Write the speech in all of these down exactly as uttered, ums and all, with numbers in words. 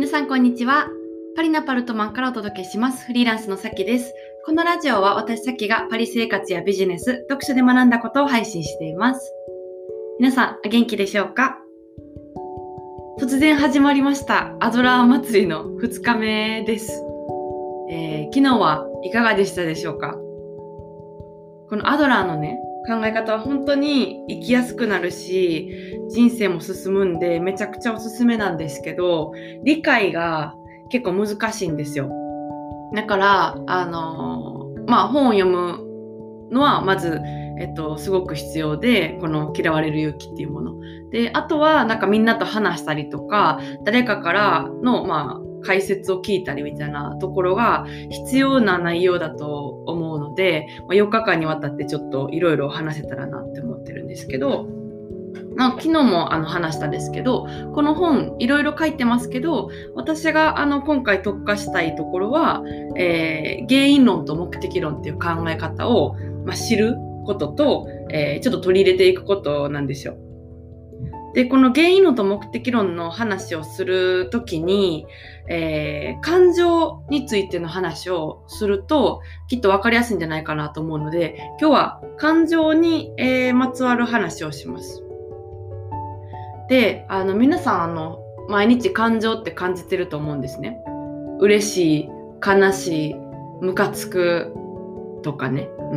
皆さんこんにちは。パリのパルトマンからお届けします。フリーランスのさきです。このラジオは私さきがパリ生活やビジネス、読書で学んだことを配信しています。皆さんお元気でしょうか？突然始まりましたアドラー祭りのふつかめです。えー、昨日はいかがでしたでしょうか？このアドラーのね考え方は本当に生きやすくなるし、人生も進むんでめちゃくちゃおすすめなんですけど、理解が結構難しいんですよ。だからあのー、まあ本を読むのはまず、えっと、すごく必要で、この嫌われる勇気っていうもので、あとはなんかみんなと話したりとか、誰かからのまあ解説を聞いたりみたいなところが必要な内容だと思うので、よっかかんにわたってちょっといろいろ話せたらなって思ってるんですけど、まあ、昨日もあの話したんですけど、この本いろいろ書いてますけど、私があの今回特化したいところは、えー、原因論と目的論っていう考え方を、まあ、知ることと、えー、ちょっと取り入れていくことなんですよ。で、この原因論と目的論の話をするときに、えー、感情についての話をするときっと分かりやすいんじゃないかなと思うので、今日は感情に、えー、まつわる話をします。で、あの皆さんあの毎日感情って感じてると思うんですね。嬉しい、悲しい、ムカつくとかね。うん。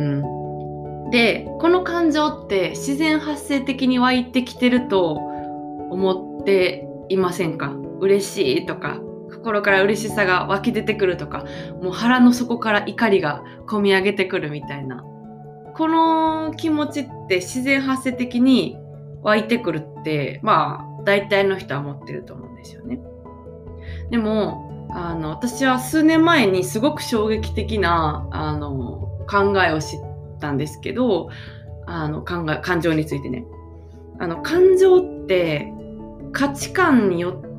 で、この感情って自然発生的に湧いてきてると思っていませんか？嬉しいとか、心から嬉しさが湧き出てくるとか、もう腹の底から怒りがこみ上げてくるみたいな。この気持ちって自然発生的に湧いてくるって、まあ大体の人は持ってると思うんですよね。でもあの私は数年前にすごく衝撃的なあの考えを知ったんですけど、あの考え感情についてね、あの感情って価値観によって、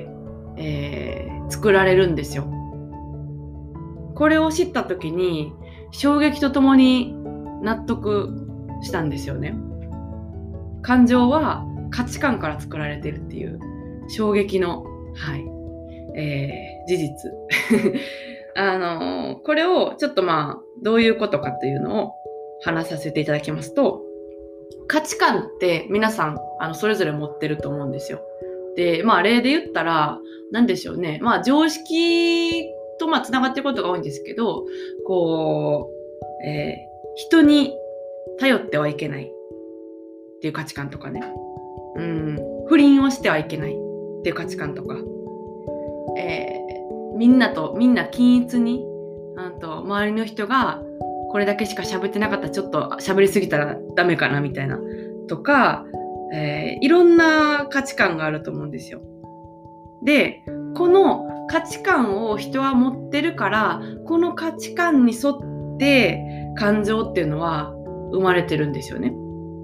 えー、作られるんですよ。これを知った時に衝撃とともに納得したんですよね。感情は価値観から作られているっていう衝撃の、はいえー、事実あのこれをちょっとまあどういうことかというのを話させていただきますと、価値観って皆さんあのそれぞれ持ってると思うんですよ。で、まあ例で言ったら何でしょうね、まあ常識とまあつながっていることが多いんですけど、こう、えー、人に頼ってはいけないっていう価値観とかね、うん、不倫をしてはいけないっていう価値観とか、えー、みんなとみんな均一に、あと周りの人がこれだけしか喋ってなかったらちょっと喋りすぎたらダメかなみたいなとか、えー、いろんな価値観があると思うんですよ。で、この価値観を人は持ってるから、この価値観に沿って感情っていうのは生まれてるんですよね。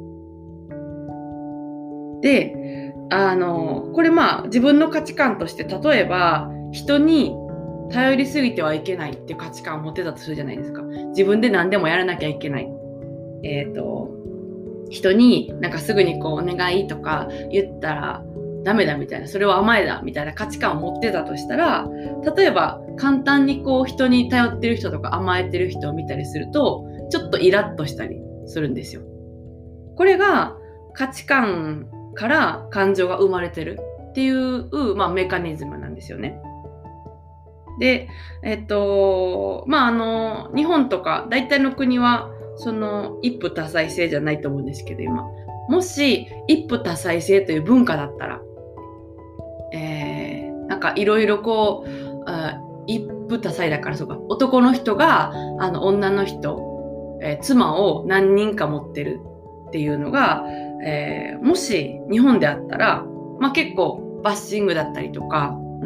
で、あのこれまあ自分の価値観として、例えば人に頼りすぎてはいけないっていう価値観を持ってたとするじゃないですか。自分で何でもやらなきゃいけない。えっと、人になんかすぐにこうお願いとか言ったらダメだみたいな、それは甘えだみたいな価値観を持ってたとしたら、例えば簡単にこう人に頼ってる人とか甘えてる人を見たりすると、ちょっとイラッとしたりするんですよ。これが価値観から感情が生まれてるっていう、まあ、メカニズムなんですよね。で、えっと、まあ、あの、日本とか大体の国は、その一夫多妻制じゃないと思うんですけど、今。もし、一夫多妻制という文化だったら、えー、なんかいろいろこう、あ一夫多妻だから、そうか、男の人が、あの、女の人、えー、妻を何人か持ってるっていうのが、えー、もし日本であったら、まあ、結構バッシングだったりとか、うん、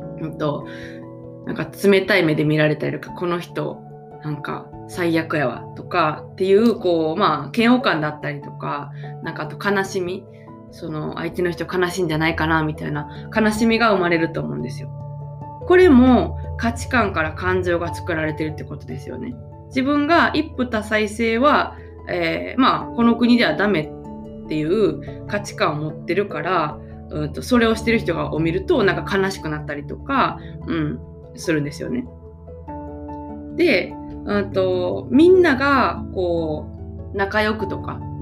うんと、なんか冷たい目で見られたりとか、この人なんか最悪やわとかっていう、こうまあ嫌悪感だったりとか、なんかあと悲しみ、その相手の人悲しいんじゃないかなみたいな悲しみが生まれると思うんですよ。これも価値観から感情が作られてるってことですよね。自分が一夫多妻制は、えー、まあこの国ではダメっていう価値観を持ってるから、 うんとそれをしてる人がを見るとなんか悲しくなったりとか、うん、するんですよね。で、うんとみんながこう仲良くとか、うん、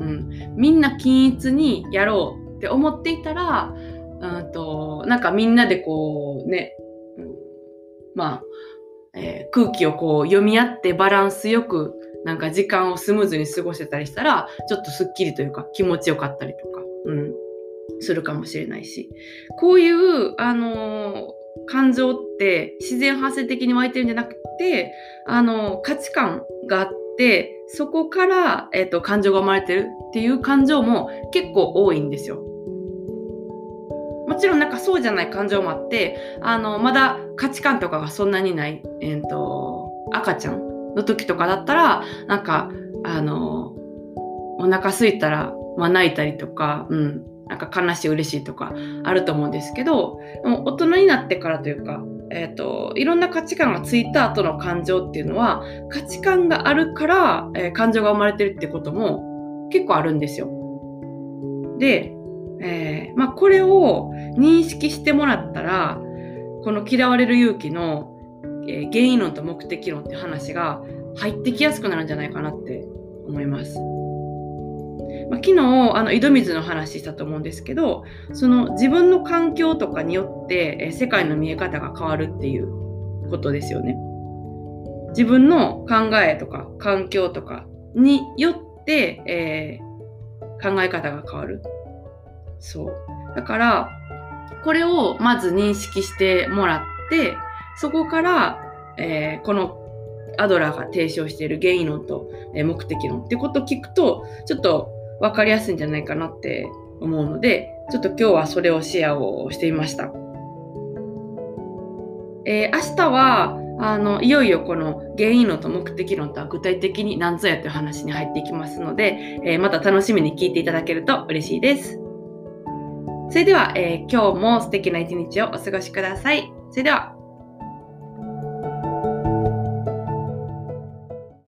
みんな均一にやろうって思っていたら、うんとなんかみんなでこうね、うん、まあ、えー、空気をこう読み合ってバランスよくなんか時間をスムーズに過ごせたりしたらちょっとスッキリというか気持ちよかったりとか、うん、するかもしれないし、こういう、あのー、感情って自然発生的に湧いてるんじゃなくて、あのー、価値観があってそこから、えーと、感情が生まれてるっていう感情も結構多いんですよ。もちろんなんかそうじゃない感情もあって、あのまだ価値観とかがそんなにない、えーと、赤ちゃんの時とかだったらなんかあのお腹空いたら、まあ、泣いたりとか、うん、なんか悲しい嬉しいとかあると思うんですけど、でも大人になってからというか、えーと、いろんな価値観がついた後の感情っていうのは価値観があるから、えー、感情が生まれてるってことも結構あるんですよ。で、えーまあ、これを認識してもらったらこの嫌われる勇気の、えー、原因論と目的論って話が入ってきやすくなるんじゃないかなって思います。まあ、昨日あの井戸水の話したと思うんですけど、その自分の環境とかによって、えー、世界の見え方が変わるっていうことですよね。自分の考えとか環境とかによって、えー考え方が変わる。そうだからこれをまず認識してもらって、そこから、えー、このアドラーが提唱している原因論と、えー、目的論ってことを聞くとちょっと分かりやすいんじゃないかなって思うので、ちょっと今日はそれをシェアをしてみました。えー、明日はあのいよいよこの原因論と目的論とは具体的に何ぞやという話に入っていきますので、えー、また楽しみに聞いていただけると嬉しいです。それでは、えー、今日も素敵な一日をお過ごしください。それでは。